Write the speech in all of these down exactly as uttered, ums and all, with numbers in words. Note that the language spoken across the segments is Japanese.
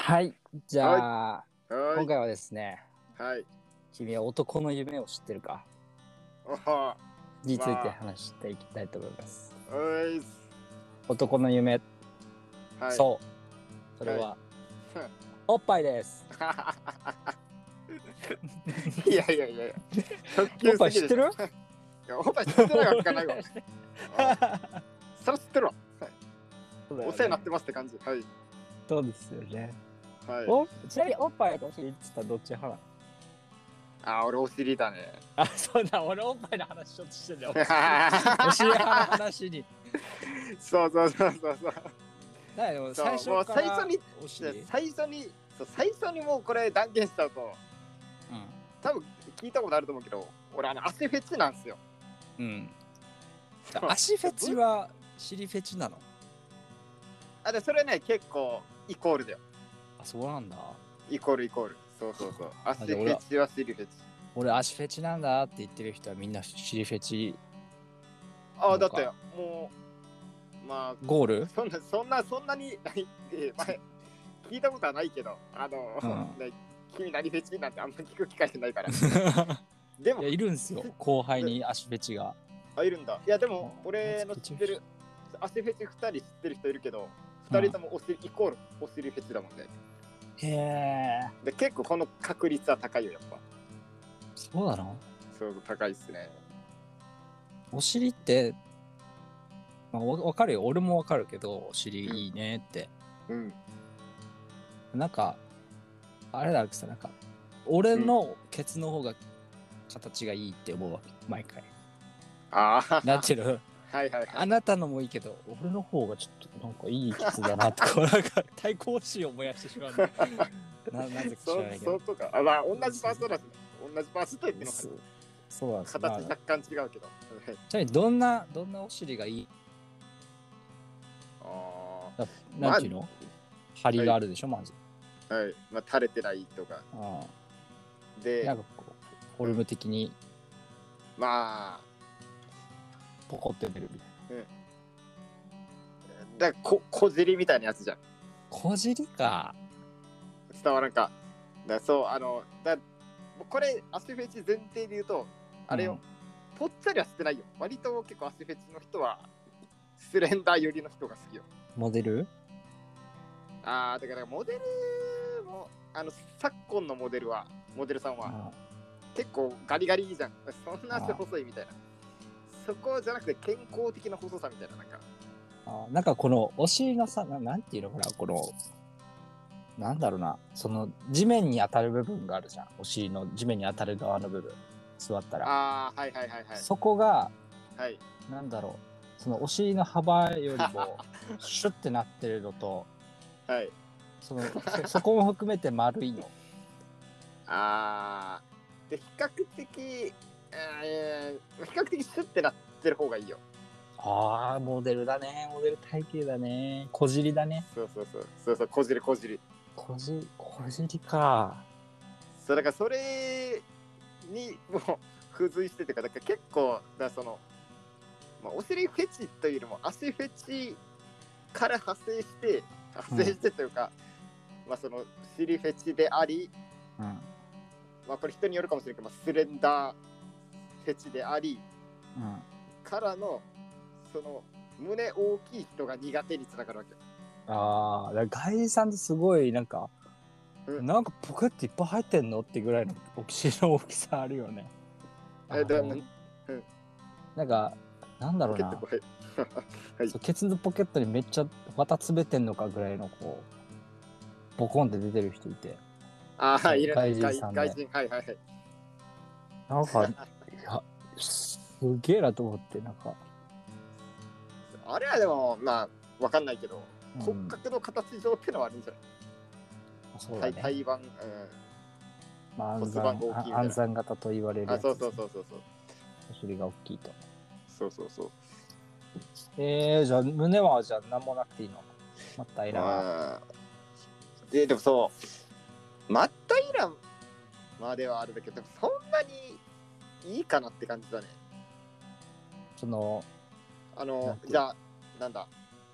はい、じゃあ、 はい今回はですね、 はい。 君は男の夢を知ってるかおはについてま話していきたいと思います。 あ、おいっす。 男の夢、 はい。 そう、それは、おっぱいです。 いやいやいやいや、直お球っぱい知ってる？ すぎでしょ。いや、おっぱい知ってないわけがないわ。あそれ知ってるわ。 そうだよねお世話になってますって感じ。はい。 そうですよね。 はい。 おちなみにおっぱいとお尻って言ったらどっち派なの？ あ、俺お尻だね。 あ、そうだ、俺おっぱいの話しようとしてんだよ。お尻派の話に。 そうそうそうそうそう。 だからでもそう最初もうから最初にお尻、 最初にそう最初にもうこれ断言しちゃうと、 うん多分聞いたことあると思うけど、俺あの足フェチなんですよ。 うん。 そう足フェチは尻フェチなの？ あでそれね結構イコールだよ。 あ、そうなんだ。 イコールイコール。そうそうそう。足フじゃあ俺はェチは尻フェチ。 俺足フェチなんだって言ってる人はみんな尻フェチ。 ああ、 なんかだってもう、まあ、 ゴール？ そんな、そんな、そんなに、え前、聞いたことはないけど、あの、 うんね、君何フェチなんてあんま聞く機会ないから。でもいや、いるんすよ、後輩に足フェチが。 あ、いるんだ。いや、でも、俺の知ってる、足フェチふたり知ってる人いるけど、ふたりともお尻、イコールお尻フェチだもんね。 へえ。 で、結構この確率は高いよ、やっぱ。 そうなの？ そう、高いっすね。 お尻って、まあ、わわかるよ。俺もわかるけど、お尻いいねって。 うん。 なんか、あれだけさ、なんか、俺のケツの方が形がいいって思うわけ、毎回。 ああ、 なんていうの？ はいはいはい。 あなたのもいいけど、俺の方がちょっとなんかいいケツだなって、こうなんか対抗心を燃やしてしまうんだ。な, なぜか知らないけど。 そうそうか。あ、まあ、同じパーツだしね。同じパーツって言ってのそうそうなんですよ。 形若干違うけど。 ちなみにどんなどんなお尻がいい？ あななんていうの？まあ、張りがあるでしょ、まず。 あ、はい。まあ、垂れてないとか。 あで、 なんかこう、フォルム的にまあ、 ポコって出るみたいな。 うん。だからこ、小尻みたいなやつじゃん。 小尻か。 伝わらんか。だそう、あの、だこれ、足フェチ前提で言うと、あれよ、うん、ぽっちゃりはしてないよ。割と結構足フェチの人は、スレンダー寄りの人が好きよ。 モデル？ ああ、だからモデルも、あの、昨今のモデルは、モデルさんは、結構ガリガリじゃん。そんな足細いみたいな。そこじゃなくて健康的な細さみたいな、なんか。 あなんかこのお尻のさ、な、なんていうのかな、この、なんだろうな、その地面に当たる部分があるじゃん。お尻の地面に当たる側の部分。座ったら。 ああ、はいはいはいはい。 そこが、 はい、 なんだろう、そのお尻の幅よりも、シュッてなってるのと、 はい。 そのそ、そこも含めて丸いの。 ああ、で、比較的、えー、比較的シュッてなってる方がいいよ。 ああ、モデルだね。モデル体型だね。小尻だね。 そうそうそう。そうそう、小尻小尻。 小尻、小尻か。 そう、だからそれにもう付随しててか、だから結構、だその、まあ、お尻フェチというよりも足フェチから派生して、派生してというか、うん、まあその、尻フェチであり、 うん、 まあこれ人によるかもしれないけど、スレンダーフェチであり、 うん、 からの、その胸大きい人が苦手につながるわけ。 ああ、だから外人さんってすごいなんか、うん、なんかポケットいっぱい入ってんのってぐらいのお尻の大きさあるよね。 えだうん、 なんかなんだろうな、はい、そうケツのポケットにめっちゃ綿詰めてんのかぐらいのこうボコンって出てる人いて。 ああ、いる外人さんで。 外人、はいはいはい。 なんかいやすげえなと思って、なんかあれはでもまあわかんないけど、うん、骨格の形上ってのはあるんじゃない？ そうだね。 台湾、うん、 まあ、暗算暗算型と言われるやつ、ね。 あ、そうそうそうそうそう。 お尻が大きいと。 そうそうそう。 えー、じゃあ胸はじゃあ何もなくていいの？真っ平ら。 ででもそう真っ平らまではあるんだけど、でもそんなにいいかなって感じだね。 そのあのじゃあなんだ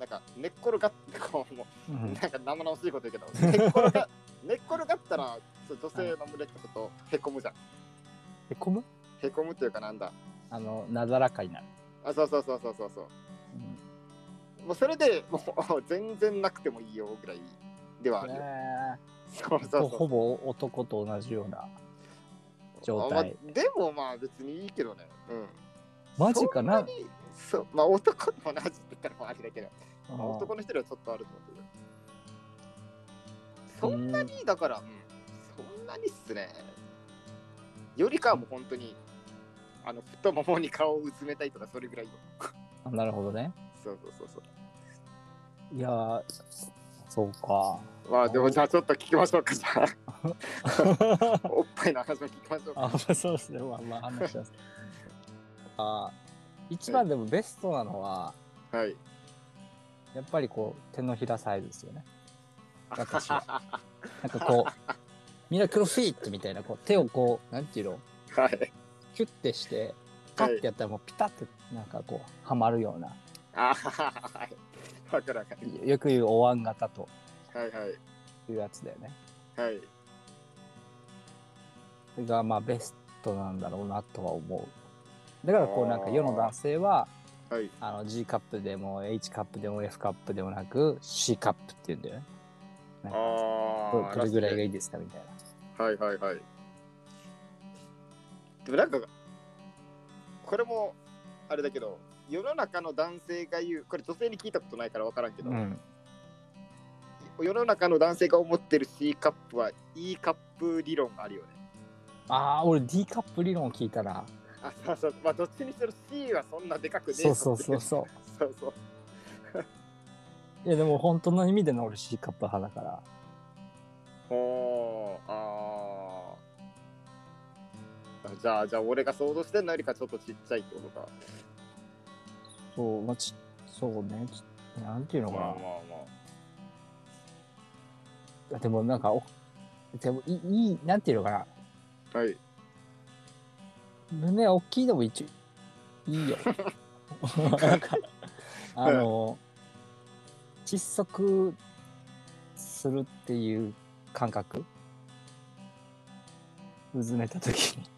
なんか寝っ転がってこうもう、 うんなんか生々しいこと言うけど、寝っ転が寝っ転がったらそう女性の胸ってちょっとへこむじゃん。 へこむ？ へこむっていうかなんだ。 あのなだらかになる。 あ、そうそうそうそうそうそう。 うん、 もうそれでもう全然なくてもいいよぐらいではあるよ。 えそうそうそう。 ーほぼ男と同じような状態。 あまあでもまあ別にいいけどね。うん。 マジかな。 そんにそうまあ男と同じって言ったらもうあれだけど、 あまあ、男ーの人よりはちょっとあると思うけど。そんなにだから、うん、そんなにっすね。よりかはもう本当にあの太ももに顔をうずめたいとかそれぐらいよ。 あ、なるほどね。 そうそうそうそう。 いやー、そうか。 まあでもじゃあちょっと聞きましょうかじゃあ。おっぱいの話を聞きましょうか。 あ、そうですね。まあまあ話します。あ、一番でもベストなのは、 はい。 やっぱりこう手のひらサイズですよね。私は。なんかこうミラクルフィットみたいなこう手をこうなんていうのはい。 キュッてしてパッてやったらもうピタッてなんかこうはまるような、 あはい。わかるわかる。 よく言うお椀型とはいはいいうやつだよね。 はい。 それがまあベストなんだろうなとは思う。だからこうなんか世の男性ははい。 あの G カップでも H カップでも F カップでもなく C カップって言うんだよね。なんかああ。 どれぐらいがいいですかみたいな。 はいはいはい。でもなんか、これもあれだけど、世の中の男性が言う、これ女性に聞いたことないから分からんけど、 うん、 世の中の男性が思ってる C カップは E カップ理論があるよね。 ああ、俺 D カップ理論を聞いたら、 あ、そうそう。まあどっちにしろ C はそんなでかくねえそうそうそうそう。 そうそう。 いやでも本当の意味での俺 C カップ派だから。 ほー、あー。じゃあ、じゃあ俺が想像してんのよりかちょっとちっちゃいってことか。 そう、まあ、ちそうね。ちなんていうのかな。 まあまあまでもなんかお、でもいいい、なんていうのかな。 あ。はい。 胸大きいのも一応いいよ。なんか、あの、窒息するっていう感覚うずめたときに。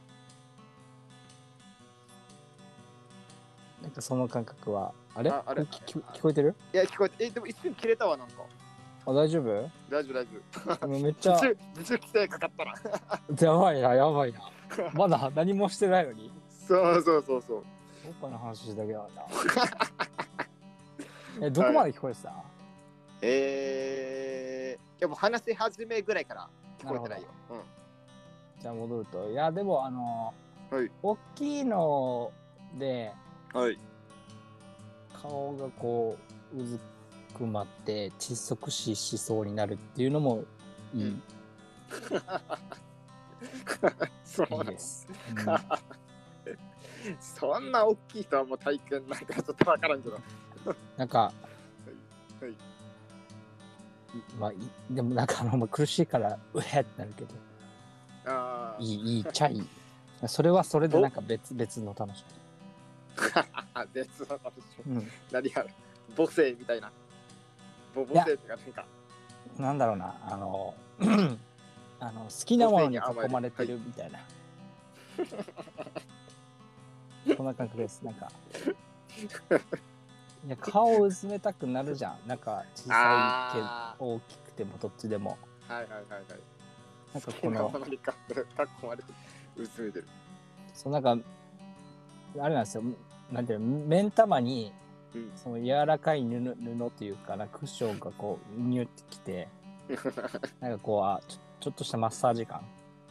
なんかその感覚は、あれああれ聞聞聞こえてる？ いや、聞こえて、え、でも一瞬切れたわ、なんか。 あ、大丈夫？ 大丈夫、大丈めっちゃ夫。、自主規制かかったな。 やばいな、やばいな。まだ何もしてないのに。 そうそうそうそう。 おっぱいの話だけだな。え、どこまで聞こえてた？ えー、でも話し始めぐらいから聞こえてないよ。 じゃあ戻ると、いや、でもあの、 はい大きいので、 うん。はい。 顔がこう、うずくまって窒息死しそうになるっていうのもいい。 うんそういいなんです。 そんな大きい人はもう体験なんかちょっとわからんけど。 なんか、 はい。 まあ、いでもなんかあの、まあ、苦しいからうへってなるけど、 あいい、いいっちゃいい。それはそれでなんか別別の楽しあ。別の楽しみ。 み。何や母性みたいな。母母性ってかなんか。 うん。なんだろうな、あの、あの好きなものに囲まれてるみたいな。そんな感覚です。なんか。いや顔をうずめたくなるじゃん。なんか小さいけど大きくてもどっちでも。 はいはいはいはい。 なんかこの。 好きなものに囲まれてうずめてる。 そうなんかあれなんですよ。なんていうの、目ん玉に、うん、その柔らかい布布っていうかなクッションがこうニュってきて、なんかこうあちょちょっとしたマッサージ感。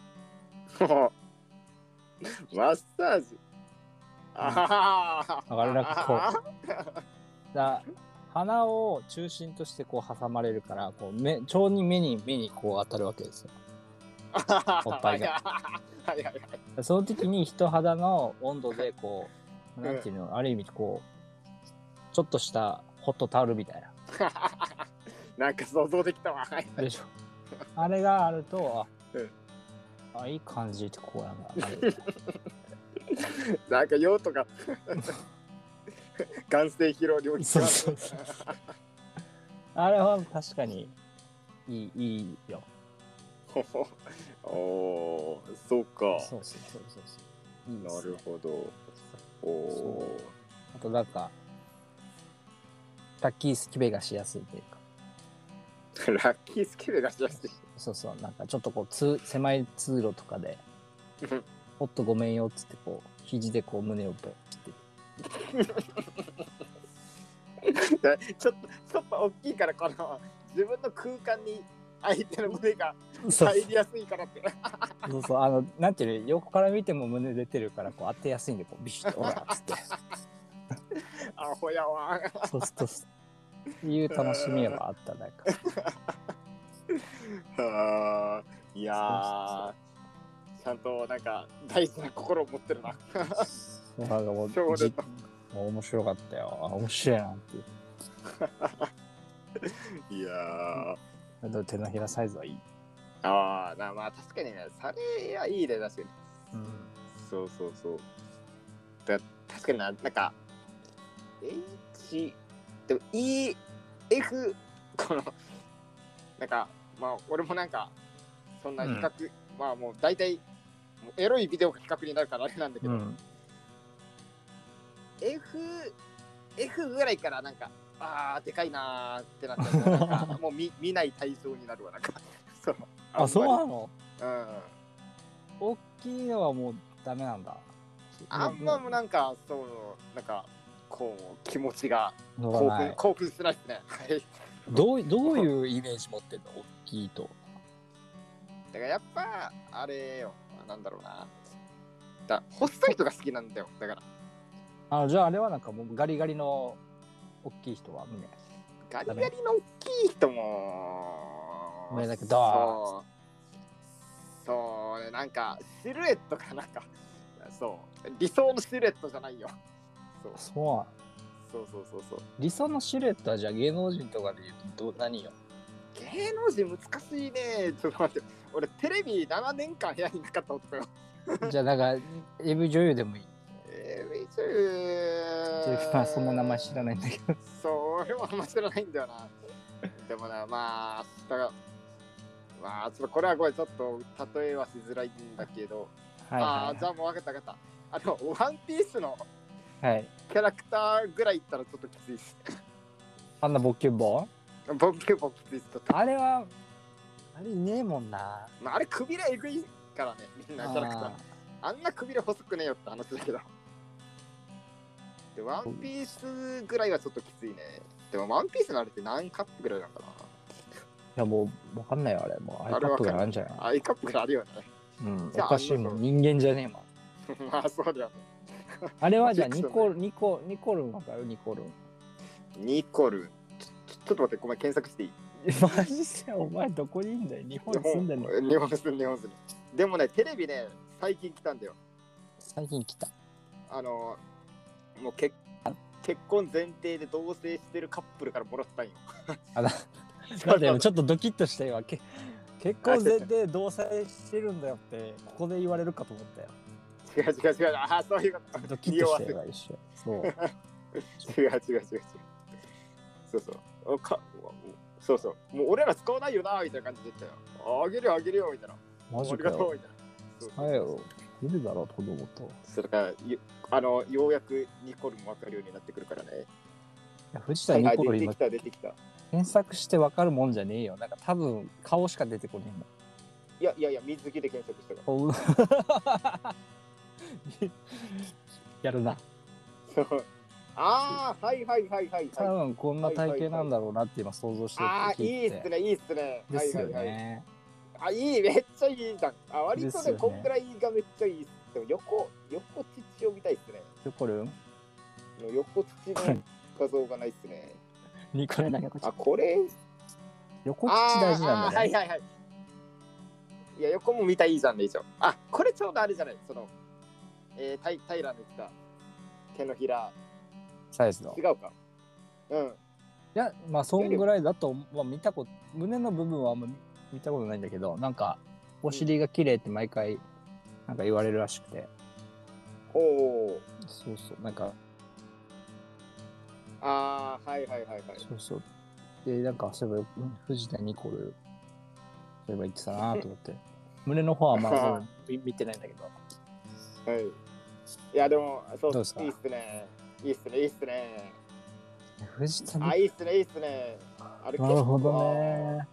マッサージ。ああ。 だからなんかこうだ鼻を中心としてこう挟まれるからこう目ちょうに目に目にこう当たるわけですよ。おっぱいが。 はいはいはい。 その時に人肌の温度でこうなんていうの、うん、ある意味こうちょっとしたホットタオルみたいな。 なんか想像できたわ。 でしょ。あれがあるとあ、 うん、 あいい感じってこうなんだ。 なんか用途が眼性疲労領域。 そうそうそう。 あれは確かにいい、いいよ。 おお、そうか。 そうそうそうそうそう。いいですね。 なるほど。おお。 あとなんか、ラッキースキベがしやすいというか。 ラッキースキルがしやすい。 そうそう、なんかちょっとこうつ狭い通路とかで、おっとごめんよっつってこう肘でこう胸をぶってちょっとちょっと大きいからこの自分の空間に相手の胸が入りやすいからって。 そうそう、あのなんていうの、横から見ても胸出てるからこう当てやすいんでこうビシッとほらっつって。 アホやわ。 そうそうそういう楽しみはあったなんか。 はあ、いやー、ちゃんとなんか大事な心を持ってるな。 なんかもうじもう面白かったよ。あ、面白いなっていう。 いやー、手のひらサイズはいい。 ああ、まあ確かにね、それはいいね、確かに。 うん、 そうそうそう。だ確かにな、なんか H でも E F このなんかまあ俺もなんかそんな比較、うん、まあもう大体もうエロいビデオが比較になるからあれなんだけど、うん、F F ぐらいからなんかあーでかいなーってなってなんかもう 見, 見ない対象になるわなんかそうああそうなの。 うん大きいのはもうダメなんだ。 あんまもなんかそうなんかこう気持ちが興奮興奮してないですね。 どうどういうイメージ持ってんの大きいと。 だからやっぱあれよなんだろうな。だ細い人が好きなんだよだから。 あじゃああれはなんかもうガリガリの大きい人は胸。 ガリガリの大きい人も胸だけどそうそうねなんかシルエットがなんかそう理想のシルエットじゃないよ。 そうそうそうそうそうそう理想のシルエットはじゃあ芸能人とかで言うとど何よ。 芸能人難しいね。ちょっと待って俺テレビななねんかん部屋になかった男よ。 じゃあなんか エーブイ 女優でもいい。 エーブイ 女優まあそんな名前知らないんだけど。 そう俺もあんま知らないんだよな。でもなまあだからまあちょっとこれはこれちょっと例えはしづらいんだけど、はいはいはい、ああじゃあもう分かった分かった。あのワンピースのキャラクターぐらいいったらちょっときついです。 あんなボッキュンボンボッキュンボンきついです。 あれはあれいねえもんな。 まああれくびれえぐいからねみんなキャラクター。あんなくびれ細くねえよって話だけど。でワンピースぐらいはちょっときついね。でもワンピースのあれって何カップぐらいなのかな。いやもうわかんないよあれもうアイカップぐらいあるんじゃない。 アイカップぐらいあるよね。 うんおかしいもん人間じゃねえもん。 まあそうだよね。 あれはじゃあニコニコニコルンわかるニコルン。 ニコルンちょ、ちょっと待ってごめん検索していい。 マジでお前どこにいんだよ。日本住んでんの。 日本住んで日本住んで。でもねテレビね最近来たんだよ。最近来た。 あのもう結結婚前提で同棲してるカップルからもらったんよ。 あだだってちょっとドキッとしたよ。け結婚前提で同棲してるんだよってここで言われるかと思ったよ。 違う違う違うあそういうこと。 ドキッとしたよ一緒。そう。 違う違う違う違う。そうそう。かそうそう。もう俺ら使わないよなみたいな感じで言ったよ。あげるよあげるよみたいな。 マジかよ。 ありがとうみたいな。 そうよ。いるだろう子供と。 それからあのようやくニコルも分かるようになってくるからね。いや藤田ニコル今出てきた出てきた。 検索して分かるもんじゃねえよ。なんか多分顔しか出てこねえもん。 いやいやいや水着で検索したから。 やるな。 ああはいはいはいはい。 多分こんな体型なんだろうなって今想像してる。 ああいいっすねいいっすね。 ですよね。 あいいめっちゃいいじゃん。あ割とねこんぐらいがめっちゃいいっす。でも横横乳を見たいっすね。 横るん？ 横乳の画像がないっすね。 にこれ何あこれ横乳大事なんだね。 はいはいはい。いや横も見たいいじゃんね一応。あこれちょうどあれじゃないそのえー、タイ平の言った手のひらサイズの違うか。うん。いやまあそんぐらいだと、まあ、見たこと胸の部分はあんま見たことないんだけどなんかお尻が綺麗って毎回なんか言われるらしくて。 おお。 そうそうなんか。 ああはいはいはいはい。 そうそう。 で、なんか、そういえば、藤田ニコル、そういえば言ってたなと思って。胸の方はまだ見てないんだけど。 はい。いや、でも、そうどうですか？ いいっすね。いいっすね、いいっすね。 藤田ニコル。 あ、いいっすね、いいっすね。あれなるほどね。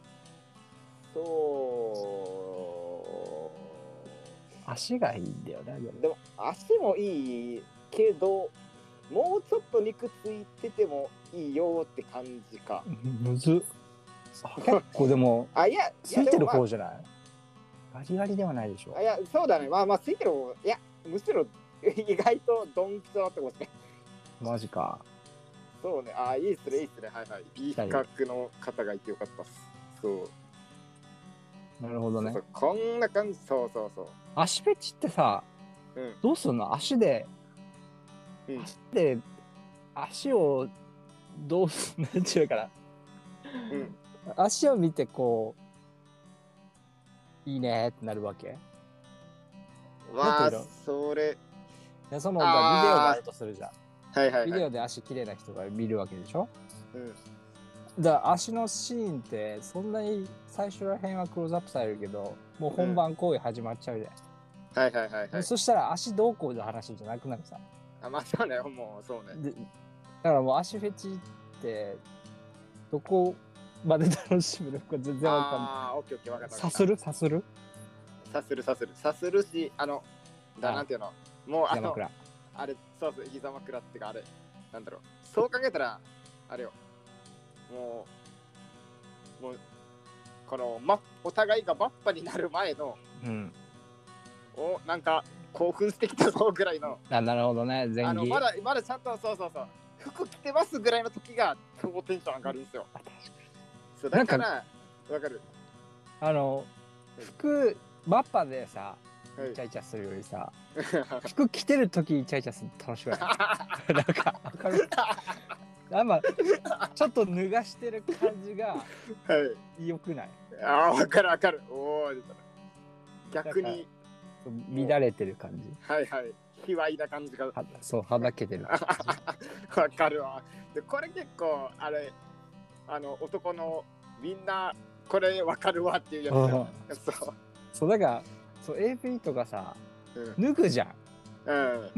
そう。 足がいいんだよね。 でも、足もいいけど、もうちょっと肉ついててもいいよって感じか。 むずっ。結構でも、 あ、いや、 ついてる方じゃない？ガリガリではないでしょ。 いや、そうだね。まあまあ、ついてる方、いや、むしろ意外とドンピシャだったかもしれない。 マジか。 そうね。あ、いいっすね、いいっすね。はいはい。いい比較の方がいてよかったっす。そう。 なるほどね。 そうそうこんな感じ。そうそうそう。 足フェチってさ、うん、どうすんの？足で、うん、足で、足をどうすんの？なんていうかな。うん。足を見てこう、いいねってなるわけ？ わあ、それ。 でそのビデオがあるとするじゃん。 はいはいはい、 ビデオで足綺麗な人が見るわけでしょ。うん。だから足のシーンってそんなに最初ら辺はクローズアップされるけど、もう本番行為始まっちゃうじゃん。うん、はいはいはいはい。そしたら足どうこうの話じゃなくなるさ。 あ、まあそうね、もうそうね。 でだからもう足フェチってどこまで楽しむのか全然わかんない。ああ、オッケーオッケー、わかった。 さするさするさするさするさするし、あの、だなんていうの、もうあの、あれ、そうそう、膝枕ってかあれ、なんだろう、そう考えたら、あれよ、もう、もう、この、ま、お互いがバッパになる前の、うん、お、なんか、興奮してきたぞぐらいの、 あ、なるほどね、前期。 あの、まだ、まだちゃんと、そうそうそう、服着てますぐらいの時が、超テンション上がるんですよ。そう、だから、わかる。あの、 服、バッパでさ、イチャイチャするよりさ、服着てる時イチャイチャするの楽しくない？なんかわかる？あんまちょっと脱がしてる感じが良くない？ ああ、わかるわかる。おお、逆に乱れてる感じ。 はいはい。卑猥な感じが。 そう、はだけてる感じ。 わかるわ。で、これ結構あれ、あの男のみんなこれわかるわっていうやつ。そう。 そうだからそう エーピー とかさ、うん、脱ぐじゃん、うん、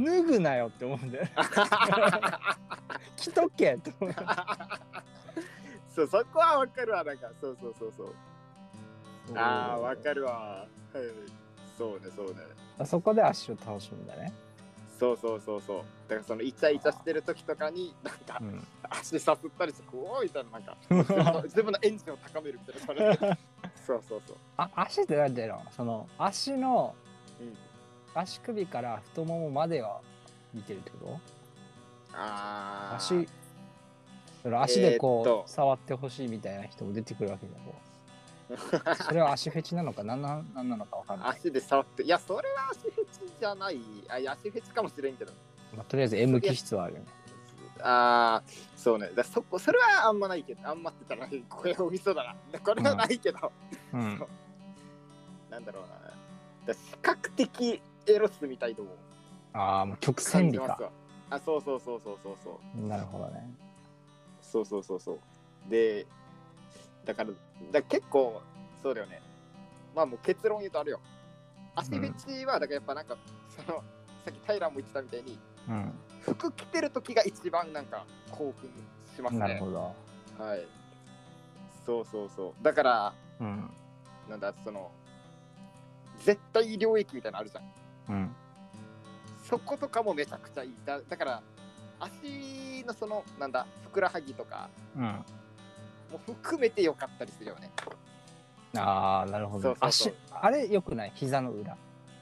脱ぐなよって思うんだよ着とけって思うそう、そこはわかるわ。なんかそうそうそうそう、ああ、わかるわ、はい、そうねそうね、 あそこで足を楽しむんだね。 そうそうそうそう、だからそのイチャイチャしてる時とかになんか、うん、足さすったりしてこうみたいな、なんか自分のエンジンを高めるみたいなそうそうそう。 あ、足ってなんだろう、その足の、うん、足首から太ももまでは見てるってこと？ああ。足、足でこう、えー、触ってほしいみたいな人も出てくるわけだよ。それは足フェチなのか何なのか分かんない。 足で触って、いや、それは足フェチじゃない。あ、いや、足フェチかもしれんけど。 まあ、とりあえず M 気質はあるよね。 ああ、そうね。だそこ、それはあんまないけど、あんまって言ったら、これおみそだな。これはないけど。うん、なんだろうな。だ比較的エロスみたいと思う。 ああ、もう曲線美か。 あ、そうそうそうそうそうそう。 なるほどね。 そうそうそうそう。で、だから、だから結構、そうだよね。まあもう結論言うとあるよ。足フェチは、だからやっぱなんか、その、さっき平も言ってたみたいに、うん、服着てる時が一番なんか興奮しますね。 なるほど。 はい。そうそうそう。だから、うん、なんだ、その、絶対領域みたいなのあるじゃん。うん。そことかもめちゃくちゃいい。だ, だから、足のその、なんだ、ふくらはぎとか、うん、もう含めてよかったりするよね。 ああ、なるほど。そうそうそう、足、あれよくない？膝の裏。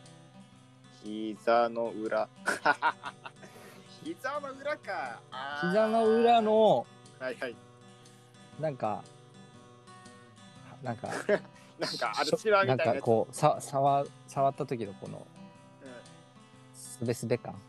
膝の裏。膝の裏か。 膝の裏の、 はいはい。 なんか、なんか、 なんかあるシワみたいな。 なんかこう、さ、触、触った時のこの、すべすべ感。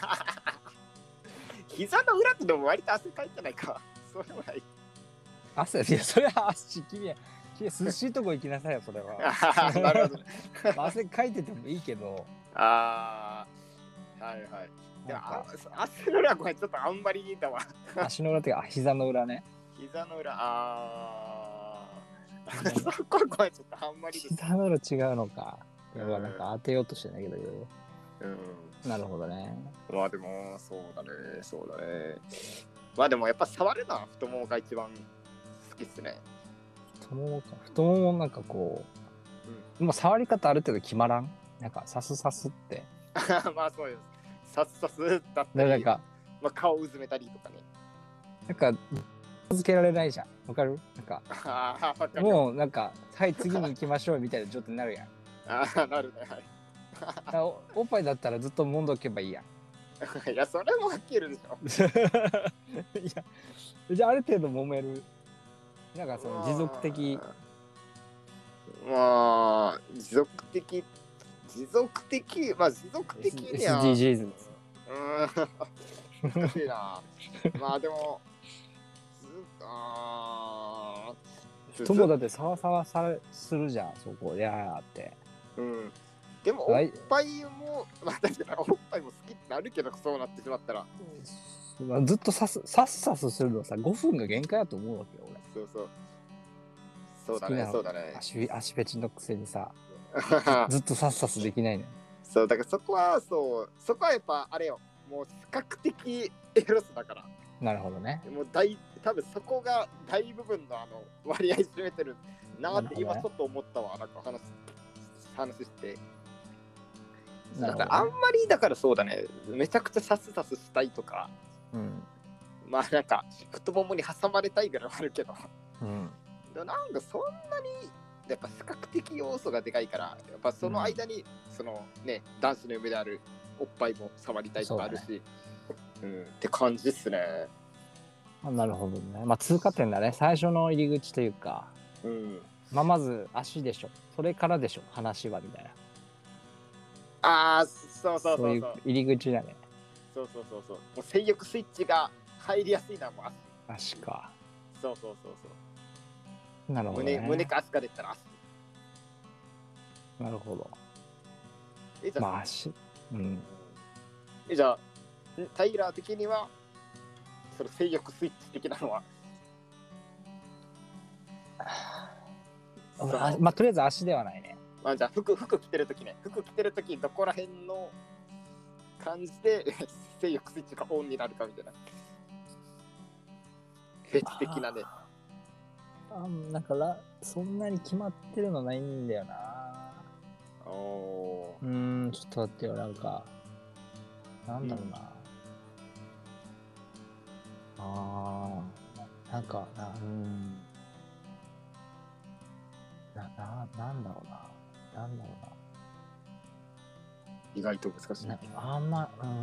膝の裏ってでも割と汗かいてないか。それもない。 汗、いや、それは足、君は、君は涼しいとこ行きなさいよ、それは。 なるほどね。 汗かいててもいいけど。 ああ、はいはい。でも、足の裏はごめん、ちょっとあんまりいいんだわ。 足の裏っていうか、膝の裏ね。 膝の裏、あー。そこはごめん、ちょっとあんまりです。 膝の裏違うのか。いや、なんか当てようとしてんだけど、 うん。 なるほどね。 まあでも、そうだね、そうだね。まあでもやっぱ触るのは太ももが一番好きっすね。 太ももか。太ももなんかこう、うん、もう触り方ある程度決まらん？なんかサスサスって。 まあそうです。サスサスだったり、 なんか、 まあ、顔うずめたりとかね。 なんか、続けられないじゃん。わかる？なんか、 あかるもうなんか、はい、次に行きましょうみたいな状態になるやん。 ああ、なるね。はい。 お, おっぱいだったらずっと揉んどけばいいやん。 いや、それもはっきりでしょ。 いや、じゃあある程度揉める。なんかその持続的。 まあ、持続的、持続的、まあ持続的には。 エスディージーズ です。 うん、難しいな。まあでも、あ太もだってサワサワさするじゃん、そこ、やーって。 うん。でも、おっぱいも、まあ確かにおっぱいも好きってなるけど、そうなってしまったら。 ずっとさす、さっさすするのさ、ごふんが限界だと思うわけよ、俺。 そうそう。そうだね、そうだね。 足、足フェチのくせにさ、ずっとさっさすできないね。 そう、だからそこは、そう、そこはやっぱ、あれよ、もう視覚的エロスだから。 なるほどね。 もう大、多分そこが大部分のあの割合占めてるなって今ちょっと思ったわ、なんか話、話して。だからあんまりだからそうだね、めちゃくちゃサスサスしたいとか、うん、まあなんか太ももに挟まれたいぐらいはあるけど、うん、でなんかそんなにやっぱ視覚的要素がでかいから、やっぱその間に、うん、そのね男子の夢であるおっぱいも触りたいとかあるし、う、ね、うん、って感じっすね。 あ、なるほどね。まあ通過点だね、最初の入り口というか、うん、まあまず足でしょ、それからでしょ話はみたいな。 ああ、そうそうそうそう。そういう入り口だね。 そうそうそうそう。もう性欲スイッチが入りやすいのはもう足。足か。 そうそうそうそう。 なるほど、ね。 胸、胸か足かで言ったら足。 なるほど。え、じゃあ、まあ足。うん。 え、じゃあ、タイラー的には、その性欲スイッチ的なのはあ、まあ、とりあえず足ではないね。 まあ、じゃあ服、服着てるときね。服着てるとき、どこら辺の感じで性欲スイッチがオンになるかみたいな。フェチ的なね。 あ、なんかそんなに決まってるのないんだよな。おー。うーん、ちょっと待ってよ、なんか。なんだろうな。うん、あー、なんか、な、うん。な、な、なんだろうな。なんだろうな。 意外と難しい。 あんま、うん。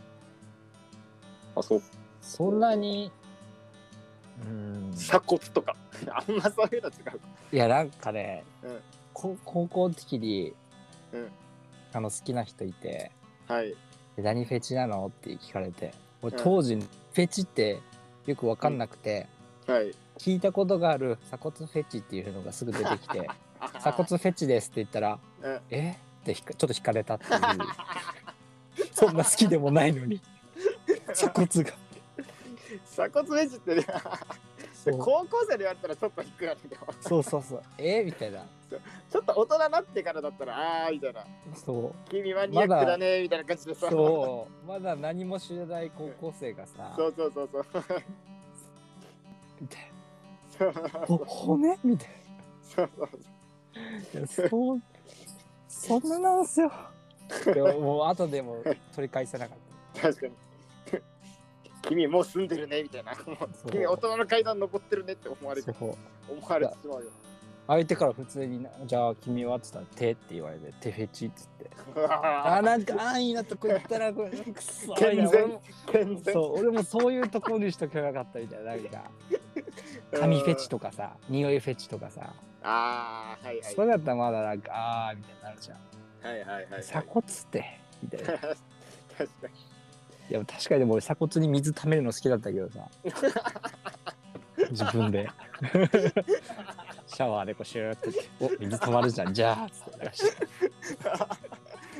あ、そう。 そんなに、 うん。鎖骨とか。あんまそういうの違う。 いや、なんかね、うん、高校的に、うん、あの好きな人いて、はい。何フェチなのって聞かれて、俺当時、うん、フェチってよく分かんなくて、うん、はい。聞いたことがある鎖骨フェチっていうのがすぐ出てきて鎖骨フェチですって言ったら、うん、えってちょっと惹かれたっていうそんな好きでもないのに鎖骨が鎖骨フェチってね高校生で言われたらちょっと引くやつでもそうそうそうえー、みたいなちょっと大人になってからだったらあーみたいなそう君マニアックだねーみたいな感じでさそうまだ何も知らない高校生がさそうそうそうそうみたいなほ骨みたいな。そうそうそう。そう、そんななんすよ。でも、もう後でも取り返せなかった。 確かに。君もう住んでるねみたいな。君大人の階段登ってるねって思われて、思われてしまうよ。 相手から普通にな、じゃあ君はって言ったら手って言われて、手フェチっつって。あ、なんか安易なとこ行ったら、これ、くそ健全。健全。そう、俺もそういうところにしとけばよかったみたいな。なんか、髪フェチとかさ、匂いフェチとかさ。ああ、はいはい。それだったらまだなんか、ああ、みたいになるじゃん。はいはいはい、はい。鎖骨って、みたいな。確かに。いや、確かにでも俺鎖骨に水溜めるの好きだったけどさ。自分で。シャワーでこうシューってお水溜まるじゃんじゃあっつって流して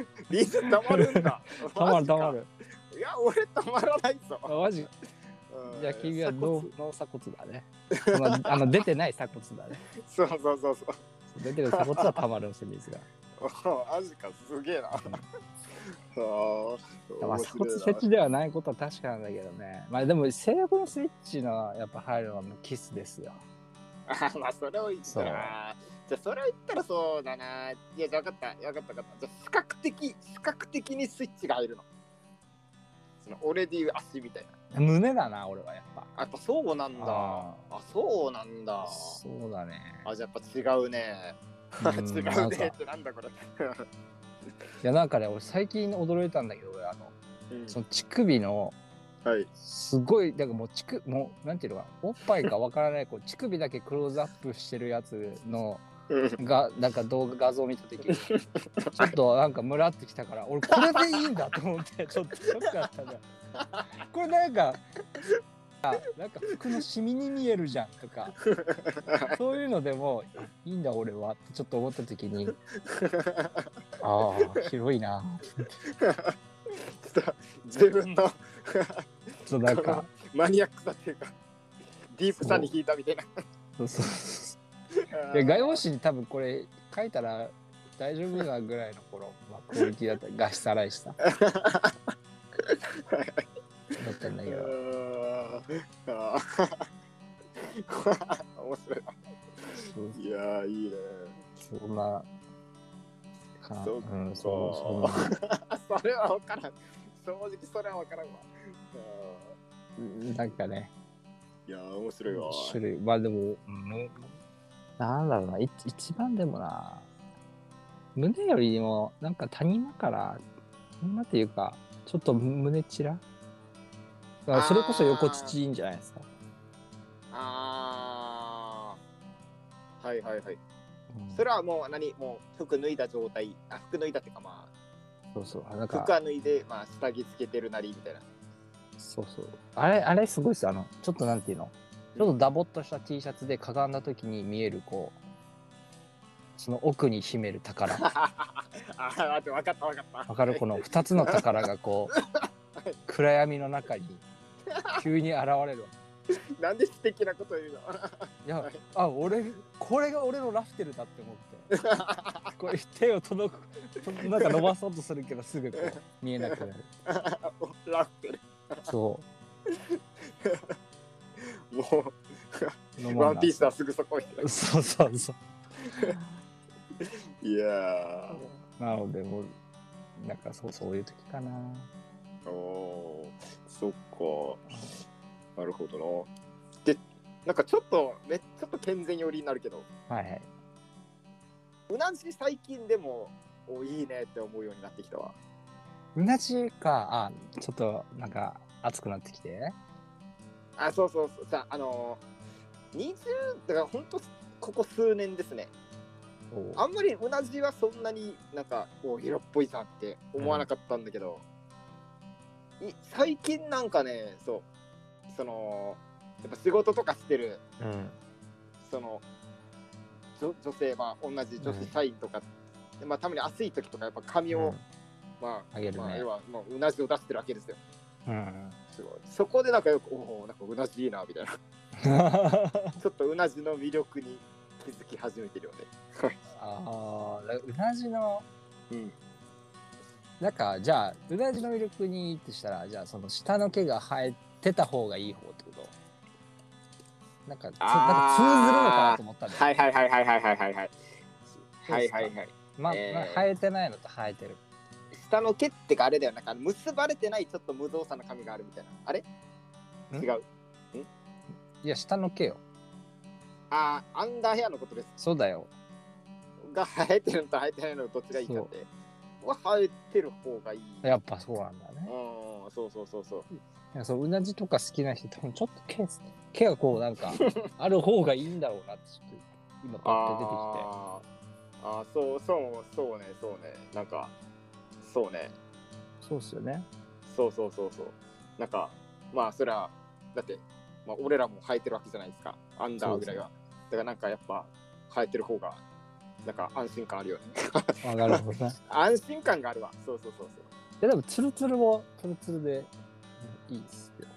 水溜まるんだ溜まる溜まるいや俺溜まらないぞマジじゃあ君は脳脳鎖骨だね。まあ、あの出てない鎖骨だね。 そうそうそうそう。 出てる鎖骨はたまるんですよ、水が。 マジか、すげえな。 まあ、鎖骨フェチではないことは確かなんだけどね。まあでも性欲のスイッチのやっぱ入るのはキスですよ。 あまあそれを言ったら、じゃあそれを言ったらそうだな。いや、じゃあ分かった、分かった分かった。じゃあ視覚的、視覚的にスイッチが入るの。その俺で言う足みたいな。 胸だな、俺はやっぱ。 やっぱそうなんだ。ああ、そうなんだ。 そうだね。 あ、じゃあやっぱ違うね。違うねってなんだこれ。いやなんかね、俺最近驚いたんだけど、俺あの、うん、その乳首の、はい、すごい、だからもう乳首、もうなんていうのかな、おっぱいかわからない、こう乳首だけクローズアップしてるやつの、がなんか動画画像を見た時にちょっとなんかムラってきたから、俺これでいいんだと思ってちょっとショックだったんだ。これなんかなんか服のシミに見えるじゃんとかそういうのでもいいんだ俺はってちょっと思った時にああ広いな自分のそうなんかマニアックさっていうかディープさに引いたみたいな。 そうそうそうで画用紙に多分これ書いたら大丈夫なぐらいの頃、まあ、クオリティだった画質荒いしさだったんだけど面白いな。いやいいね。 そんなかそ,、うん、そうそれは分からん。正直それは分からんわ。 なんかねいや面白いわ。 種類まあでも、うん、なんだろうな、一番でもな、胸よりもなんか谷間から谷間っていうかちょっと胸ちら、だからそれこそ横乳いいんじゃないですか。 ああはいはいはい、うん、それはもう何もう服脱いだ状態、あ服脱いだっていうかまあそうそうなんか服は脱いでまあ下着つけてるなりみたいな。 そうそうあれあれすごいっす。あのちょっとなんていうのちょっとダボっとした T シャツでかがんだ時に見えるこうその奥に秘める宝ああ分かった分かった分かるこのふたつの宝がこう暗闇の中に急に現れるわ。 なんで素敵なこと言うの。 いやあ俺これが俺のラフテルだって思ってこれ手を届くなんか伸ばそうとするけどすぐこう見えなくなるラフテルそうもうワンピースはすぐそこに。 そうそうそういやなのでもうなんかそうそういう時かな。 おおそっかなるほどな。でなんかちょっとめちょっと健全寄りになるけど、 はいはい、 うなじ最近でもおいいねって思うようになってきたわ。 うなじかあちょっとなんか熱くなってきてあそうそうそうさあのにじゅうだからほんとここ数年ですね。あんまりうなじはそんなになんかお色っぽいじゃんって思わなかったんだけど、うん、い最近なんかねそうそのやっぱ仕事とかしてる、うん、その 女, 女性まあ同じ女子社員とか、うん、まあたまに暑い時とかやっぱ髪を、うん、まああげるね、 まあ、要はもううなじを出してるわけですよ。 うん、 すごいそこでなんかよくおおなんかうなじいいなみたいなちょっとうなじの魅力に気づき始めてるよねああうなじのうんなんかじゃあうなじの魅力にってしたらじゃあその下の毛が生えてた方がいい方ってことなんかつなんか通ずるのかなと思ったんだよ。 はいはいはいはいはいはいはいはいはいはいはいまあ、えーまあ、生えてないのと生えてる下の毛ってかあれだよなんか結ばれてないちょっと無造作な髪があるみたいなあれ違う。んいや下の毛よ。 ああアンダーヘアのことです。 そうだよ。 が生えてるのと生えてないのどっちがいいかっては生えてる方がいい。 やっぱそうなんだね。 うんそうそうそうそうなんかそううなじとか好きな人多分ちょっと毛毛がこうなんかある方がいいんだろうなってちょっと今パッて出てきてああそうそうそうねそうねなんかそうねそうっすよね。 そうそうそうそうなんかまあそれはだって、まあ、俺らも生えてるわけじゃないですかアンダーぐらいは。だからなんかやっぱ生えてる方がなんか安心感あるよね。 あなるほどね。 安心感があるわ。そうそうそうそう。 いやでもツルツルもツルツルでいいっすよ。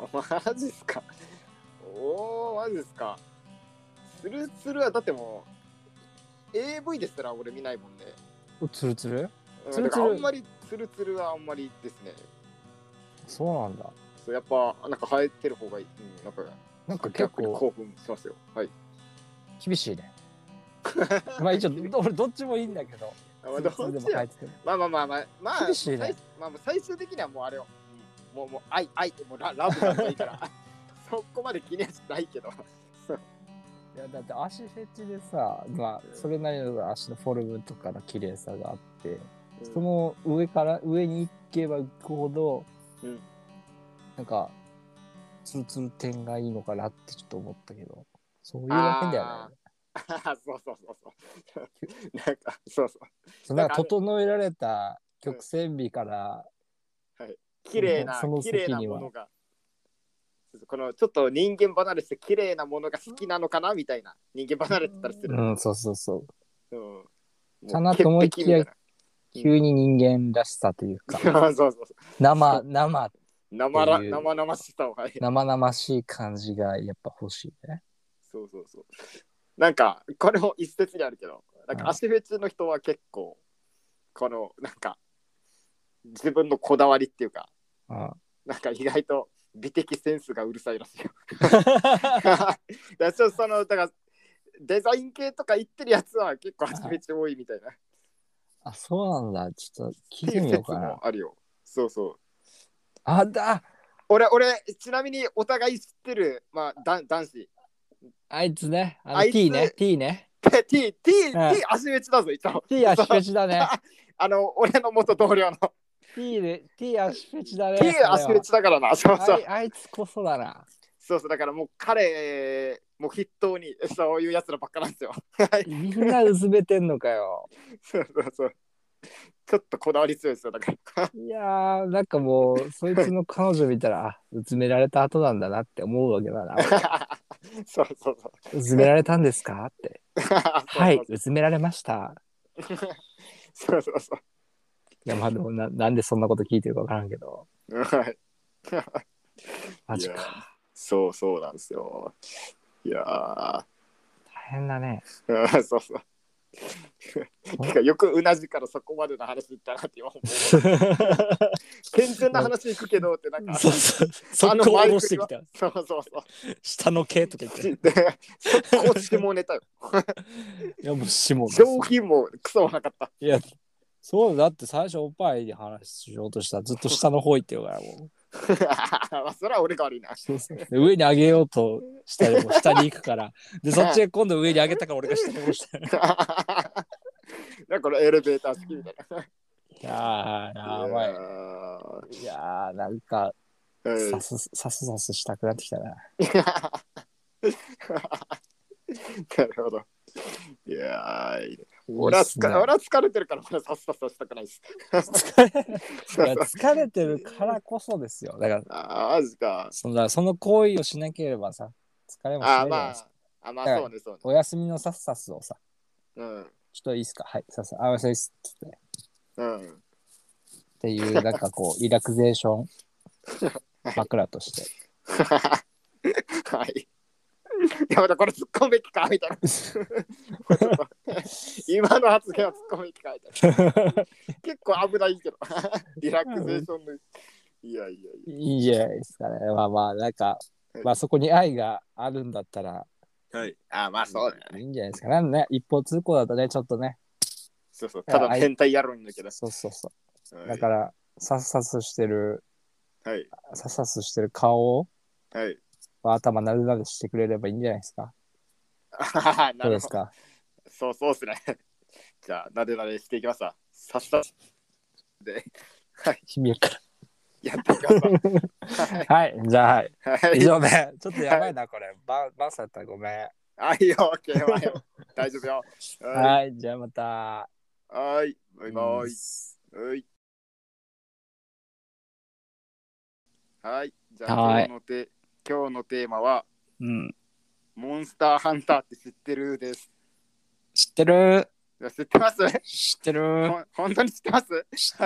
マジっすか。おー、マジっすか。ツルツルはだってもう エーブイ ですら俺見ないもんね。 ツルツルツルツルあんまりツルツルはあんまりですね。 そうなんだ。 そうやっぱなんか生えてる方がいい。うん、なんかなんか結構興奮しますよ。はい。 厳しいね。まあ一応俺どっちもいいんだけど。 まあ、どっちでも生えててまあまあまあまあまあ厳しいね。 まあ最終的にはもうあれよ。うん、もうもう愛愛もうララブなんかいいからそこまで気にはしないけど。 いやだって足フェチでさ、まあそれなりの足のフォルムとかの綺麗さがあって、うん、その上から上に行けば行くほど、うん、なんかツルツル点がいいのかなってちょっと思ったけど、そういうわけだよね。 そうそうそうそうなんかそうそうそうなんか整えられた曲線美から、 うん、はい、綺麗な綺麗なものがこのちょっと人間離れして綺麗なものが好きなのかなみたいな人間離れてたりする。 うん、そうそうそう。 うん、 かなと思いきや急に人間らしさというか、 そうそうそう生生生ら生々しさを、はい、 生々しい感じがやっぱ欲しいね。 そうそうそう。なんかこれも一説にあるけど、なんか足フェチの人は結構このなんか自分のこだわりっていうか、うん、なんか意外と美的センスがうるさいらしいよ。だちょそのだからデザイン系とか言ってるやつは結構足フェチ多いみたいな。 あ、そうなんだ。ちょっと聞いてみようかな。 もあるよ。そうそう。 あだ。 俺俺ちなみにお互い知ってるまあだ男子。 あいつね。あの T ね。T ね。 T T T 足フェチだぞ一応。 T 足フェチだね。 あの俺の元同僚の。 T で T 足フェチだね。 T 足フェチだからな。そうそう。 あいつこそだな。 そうそうだからもう彼も筆頭にそういうやつらばっかなんですよ。 みんなうずめてんのかよ。 そうそうそう。ちょっとこだわり強いですよだから。 いやーなんかもうそいつの彼女見たらあうずめられた後なんだなって思うわけだな。 そうそうそう。 うずめられたんですかって。はい、うずめられました。 そうそうそう。 いやまあでも な, なんでそんなこと聞いてるか分からんけど。 はい。 マジか。 そうそうなんですよ。いやー。大変だね。 そうそう。よくうなじからそこまでの話いったなって今思う。健全な話いくけどってなんか。 そうそう。そこを下ろしてきた。 そうそうそう。 下の毛とか言って。 そこ下ネタよ。 いやもう下ネタ。上品もクソもなかった。 いや、そうだって最初おっぱいで話しようとしたらずっと下の方行ってるからもう。 それは俺が悪いな。 そうそう上に上げようとしたらもう下に行くから。で、そっちが今度上に上げたから俺が下に下ろした。 なんかこのエレベーター好きみたいな。 いやー、やばい。いやー、なんか、さすさすさすしたくなってきたな。 なるほど。いやー、俺は疲れてるからまださすさすしたくないです。 いや疲れてるからこそですよ。だから、 あマジか。 そのその行為をしなければさ、疲れもしないじゃないですか。 あ、まあ、あまあそうね、そうね。 お休みのさすさすをさ、 うん、 ちょっといいっすかはい、さすあ、お休みっすって。 うん。 っていう、なんかこう、リラクゼーション枕として。 はい。いやまたこれ突っ込むべきかみたいな。今の発言は突っ込むべきかみたいな。結構危ないけど。リラクゼーションの。いやいやいや。 いいじゃないですかね。まあまあ、なんか、まあそこに愛があるんだったら。 はい。あまあそうだね。 いいんじゃないですか。なんね、一方通行だとね、ちょっとね。 そうそう。ただ変態やるんだけど。 そうそうそう。だから、さっさすしてる。 はい。 さっさすしてる顔を。 はい。 頭なでなでしてくれればいいんじゃないですか。どうですか。 そうそうですね。じゃあなでなでしていきますわ。さっさで、 はい。ひみやから。 やっていきますわ。 はい、じゃあ、 はい、 以上で、ちょっとやばいな、これ。ババスだったらごめん。 はい、オッケー、大丈夫よ。 はい、じゃあまた。 はい、バイバイ。はい。はい、じゃあ今日のテ今日のテーマは、 うん、 モンスターハンターって知ってるです。 知ってる。 知ってます？ 知ってる。 本当に知ってます？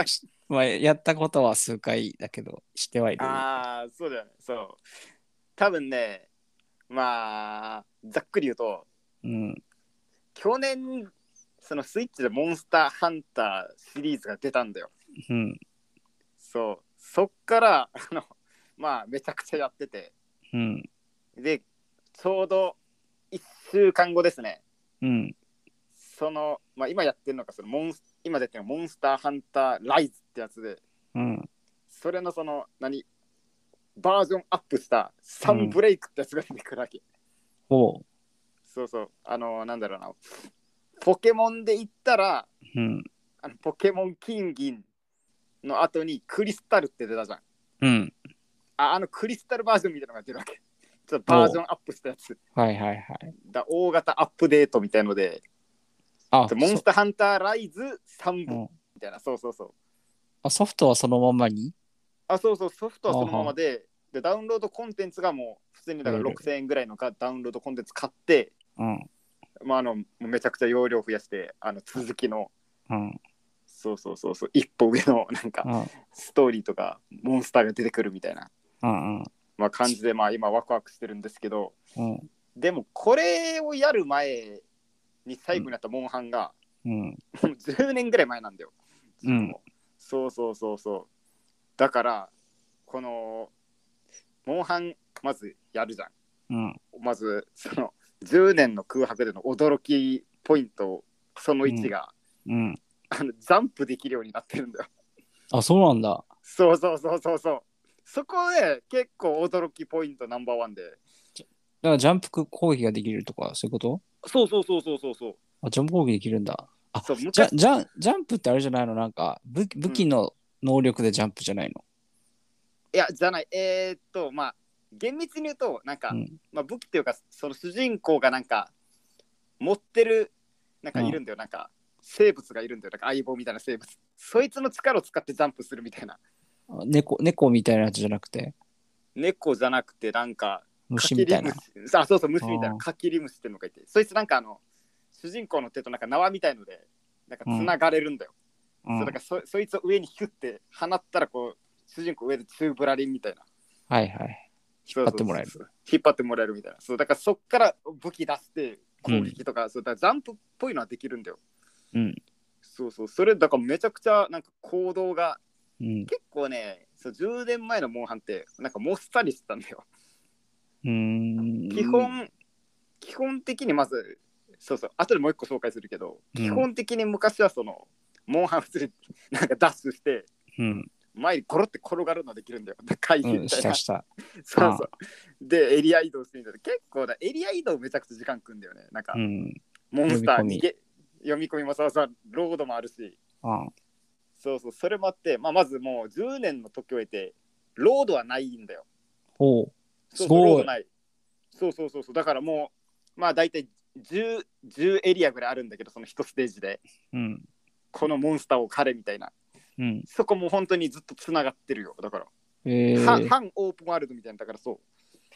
まあ、やったことは数回だけど、してはいる。 ああ、そうだよね。そう。多分ね、まあ、ざっくり言うと、 うん。 去年、そのスイッチでモンスターハンターシリーズが出たんだよ。 うん。 そう。そっから、あの、まあ、めちゃくちゃやってて。 うん。 で、ちょうどいっしゅうかんごですね。 うん。 その、まあ、今やってるのが、そのモンス、今出てるモンスターハンターライズってやつで、 うん。 それのその、何、バージョンアップしたサンブレイクってやつが出てくるわけ。 ほう。 そうそう。あの、なんだろうな。ポケモンで言ったら、 うん。 あのポケモン金銀の後にクリスタルって出たじゃん。 うん。 あ、あのクリスタルバージョンみたいなのが出るわけ。ちょっとバージョンアップしたやつ。 はいはいはい。 だ大型アップデートみたいので、 あ、 モンスターハンターライズさんうぶん、 みたいな。そうそうそう。 あ、ソフトはそのままに。 あ、そうそう、ソフトはそのままで、でダウンロードコンテンツがもう普通にだからろくせんえんぐらいのダウンロードコンテンツ買って、 うん。 まあ、あのめちゃくちゃ容量増やしてあの続きの、 うん。 そうそうそうそう一歩上のなんか、 うん。 ストーリーとかモンスターが出てくるみたいな、 うん。 まあ、感じで、まあ、今ワクワクしてるんですけど、 うん。 でもこれをやる前に最後になったモンハンが、 うん。 もうじゅうねんぐらい前なんだよ。 うん。 そうそうそうそう。だからこのモンハンまずやるじゃん。 うん。 まずそのじゅうねんの空白での驚きポイントそのいちが、 うん。 あのジャンプできるようになってるんだよ。 あ、そうなんだ。 そうそうそうそうそう。そこで結構驚きポイントナンバーワンで。 だからジャンプ攻撃ができるとか、そういうこと？ そうそうそうそうそうそう。 あ、ジャンプ攻撃できるんだ。あ、 そうじゃ、 昔じゃ、ジャンプってあれじゃないの？なんか武、武器の能力でジャンプじゃないの？ いやじゃない。えー、っとまあ厳密に言うとなんか、 うん。 まあ、武器っていうかその主人公がなんか持ってるなんかいるんだよ、なんか生物がいるんだよ、なんか相棒みたいな生物。そいつの力を使ってジャンプするみたいな。 あ、猫、猫みたいなやつじゃなくて、 猫じゃなくてなんかカキ虫みたいな。 リムシ、あ、そうそう、虫みたいあー、 なカキリムシっていうのがいて、そいつなんかあの主人公の手となんか縄みたいのでなんかつながれるんだよ。 うん。 そうだから そ, そいつを上にヒュッて放ったらこう主人公上でチューブラリンみたいな。 はいはい。引っ張ってもらえる。 そうそうそうそう引っ張ってもらえるみたいな。そうだからそっから武器出して攻撃とか、 うん、 そうだからジャンプっぽいのはできるんだよ。 うん。 そうそう、それだからめちゃくちゃなんか行動がうん。 結構ね、そうじゅうねんまえのモンハンってなんかもっさりしてたんだよ。 うー基ん。 本基本的にまずそうそう後でもう一個紹介するけど、 うん。 基本的に昔はそのモンハン普通になんかダッシュしてうん。 前にゴロって転がるのできるんだよ。回避うん。 みたいな。 したした。 そうそう。でエリア移動してみたら結構だエリア移動めちゃくちゃ時間食うんだよね。なんかうん。 モンスター読み込み。 逃げ読み込みもそうそうロードもあるし。 ああ、 そうそう、それもあって、まあ、まずもうじゅうねんの時を経て、ロードはないんだよ。 おう。 そうそう、ローすごい。 ドない。そうそうそうそう、だからもう、まあ大体じゅう、じゅうエリアぐらいあるんだけど、その一ステージで、 うん。 このモンスターを狩れみたいな。 うん。 そこも本当にずっとつながってるよ。だから、 えはー、 反オープンワールドみたいな、だからそう。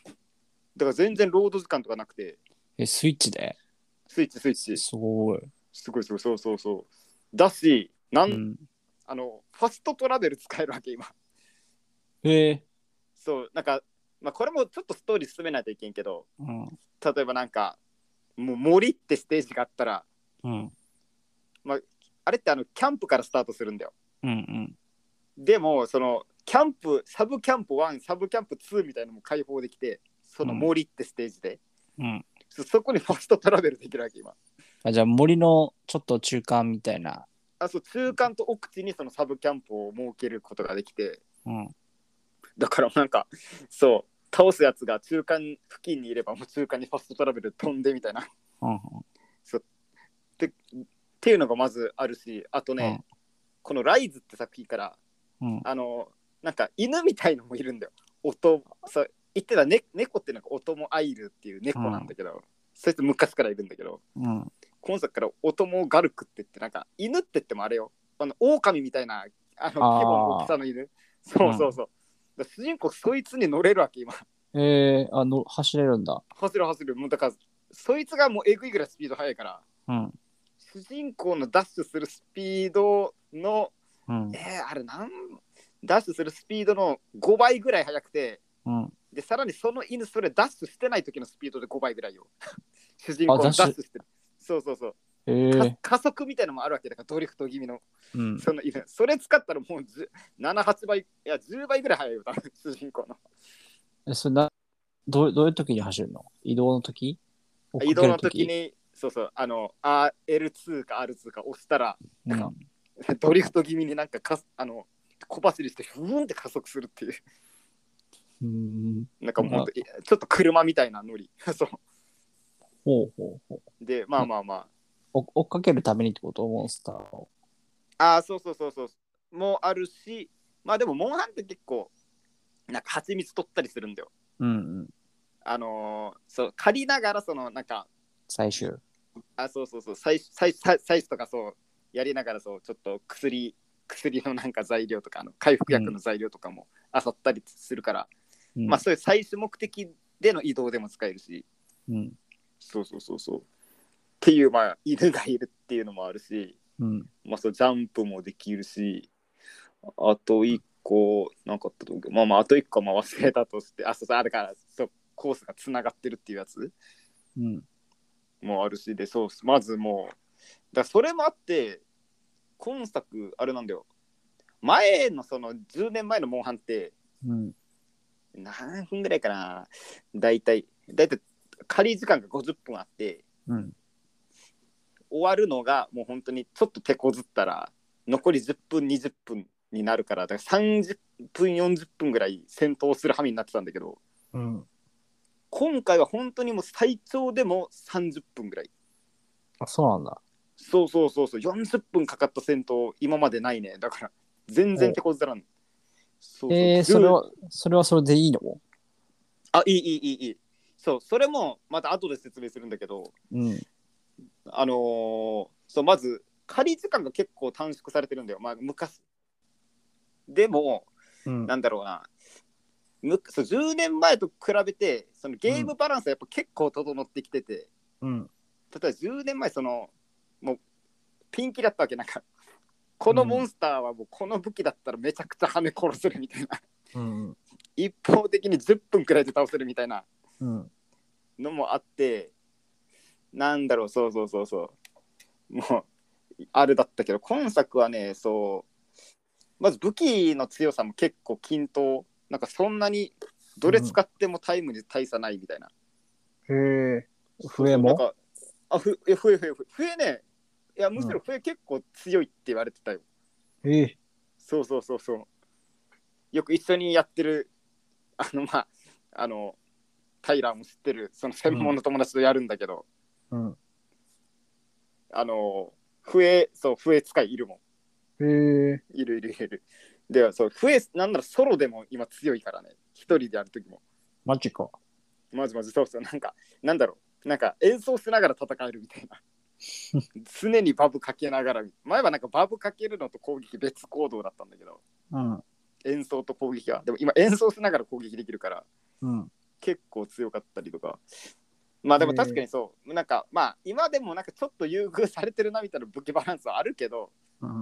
だから全然ロード時間とかなくて、 え、スイッチで？ スイッチスイッチ。 すごい。 すごいすごい、そうそうそう。だし、なん、 うん。 あの、ファストトラベル使えるわけ、今。 えそう、なんか、まあ、これもちょっとストーリー進めないといけんけど、 ー、うん。 例えばなんか、もう森ってステージがあったら、 うん。 まあ、あれってあのキャンプからスタートするんだよ。 うん。 でも、そのキャンプ、サブキャンプワン、サブキャンプツーみたいなのも開放できて、その森ってステージで、 うん。 そ, そこにファストトラベルできるわけ、今。 あ、じゃあ森のちょっと中間みたいな。 あ、そう、中間と奥地にそのサブキャンプを設けることができて、 うん。 だからなんか、そう、倒すやつが中間付近にいれば、もう中間にファストトラベル飛んでみたいな。 うん。 そうでっていうのがまずあるし、あとね、うん、このライズって作品から、 うん、 あのなんか犬みたいのもいるんだよ。音そう言ってた、ね、猫ってなんか音もアイルっていう猫なんだけど、うん、そいつ昔からいるんだけど、 うん、 今作から音もガルクって言って、なんか犬って言ってもあれよ、あの狼みたいなあの規模の大きさの犬。そうそうそう、うん、主人公そいつに乗れるわけ今。 えー、あの走れるんだ。 走る走る。もうだからそいつがもうえぐいぐらいスピード速いから、 うん、 主人公のダッシュするスピードのうん、 えー、あれなんダッシュするスピードのごばいぐらい速くて、 うん、 でさらにその犬それダッシュしてない時のスピードでごばいぐらいよ主人公のダッシュしてる。そうそうそう、 えー、 加速みたいなのもあるわけだから、ドリフト気味の、 うん、 その犬それ使ったらもうなな、はちばい、いやじゅうばいぐらい速いよ多分主人公の。 えそれなどうどういう時に走るの？移動の時？ 移動の時にそうそうあの エルツー か アールツー か押したら、うん、ドリフト気味になんかかあの小走りしてふーんって加速するっていう、 うん、 なんかもうちょっと車みたいな乗りそうほうほうほうでまあまあまあ追っかけるためにってこと？モンスターを。 ああそうそうそうそうもあるし、まあでもモンハンって結構なんか蜂蜜取ったりするんだよ。 うんうん。 あのー、そう借りながらそのなんか最終あそうそうそうサイサイサイサイズとかそうやりながらそうちょっと薬薬のなんか材料とかあの回復薬の材料とかも漁ったりするから、うん、まあそういう最終目的での移動でも使えるし、 うん、 そうそうそうそうっていうまあ犬がいるっていうのもあるし、 うん、 まあそうジャンプもできるし、あと一個なんかあったと思うまあまああと一個まあ忘れたとしてあそうそうあれからそうコースがつながってるっていうやつ、 うん、 もあるしでそうまずもうだそれもあって今作あれなんだよ前のそのじゅうねんまえのモンハンって、うん、何分ぐらいかなだいたいだいたい仮時間がごじゅっぷんあって、うん、終わるのがもう本当にちょっと手こずったら残りじゅっぷんにじゅっぷんになるからだからさんじゅっぷんよんじゅっぷんぐらい戦闘する羽目になってたんだけど、うん、今回は本当にもう最長でもさんじゅっぷんぐらい。 あ、そうなんだ。 そうそうそうそうよんじゅっぷんかかった戦闘今までないね。だから全然手こずらん。 そうそうえー、それはそれはそれでいいの？ あ、いいいいいいいい。そうそれもまた後で説明するんだけど、うん、あのー、そうまず仮時間が結構短縮されてるんだよ。まあ昔でも、うん、なんだろうな。そうじゅうねんまえと比べてそのゲームバランスはやっぱ結構整ってきてて、うん、例えばじゅうねんまえそのもうピンキリだったわけなんかこのモンスターはもうこの武器だったらめちゃくちゃ跳ね殺せるみたいな、うん、一方的にじゅっぷんくらいで倒せるみたいなのもあって、うん、なんだろうそうそうそうそうもうあれだったけど今作はねそうまず武器の強さも結構均等なんかそんなにどれ使ってもタイムに大差ないみたいな、 うん、へえ笛もなんかあふえ笛笛笛ねいやむしろ笛結構強いって言われてたよ、 うん、えー、 そうそうそうそうよく一緒にやってるあのまああのタイラーも知ってるその専門の友達とやるんだけど、うん、あの笛そう笛使いいるもん、へえいるいるいるではそう笛なんならソロでも今強いからね一人でやるときもマジかマジマジそうそうなんかなんだろうなんか演奏しながら戦えるみたいな常にバブかけながら前はなんかバブかけるのと攻撃別行動だったんだけど、うん、演奏と攻撃はでも今演奏しながら攻撃できるから、うん、結構強かったりとかまあでも確かにそうなんかまあ今でもなんかちょっと優遇されてるなみたいな武器バランスはあるけど、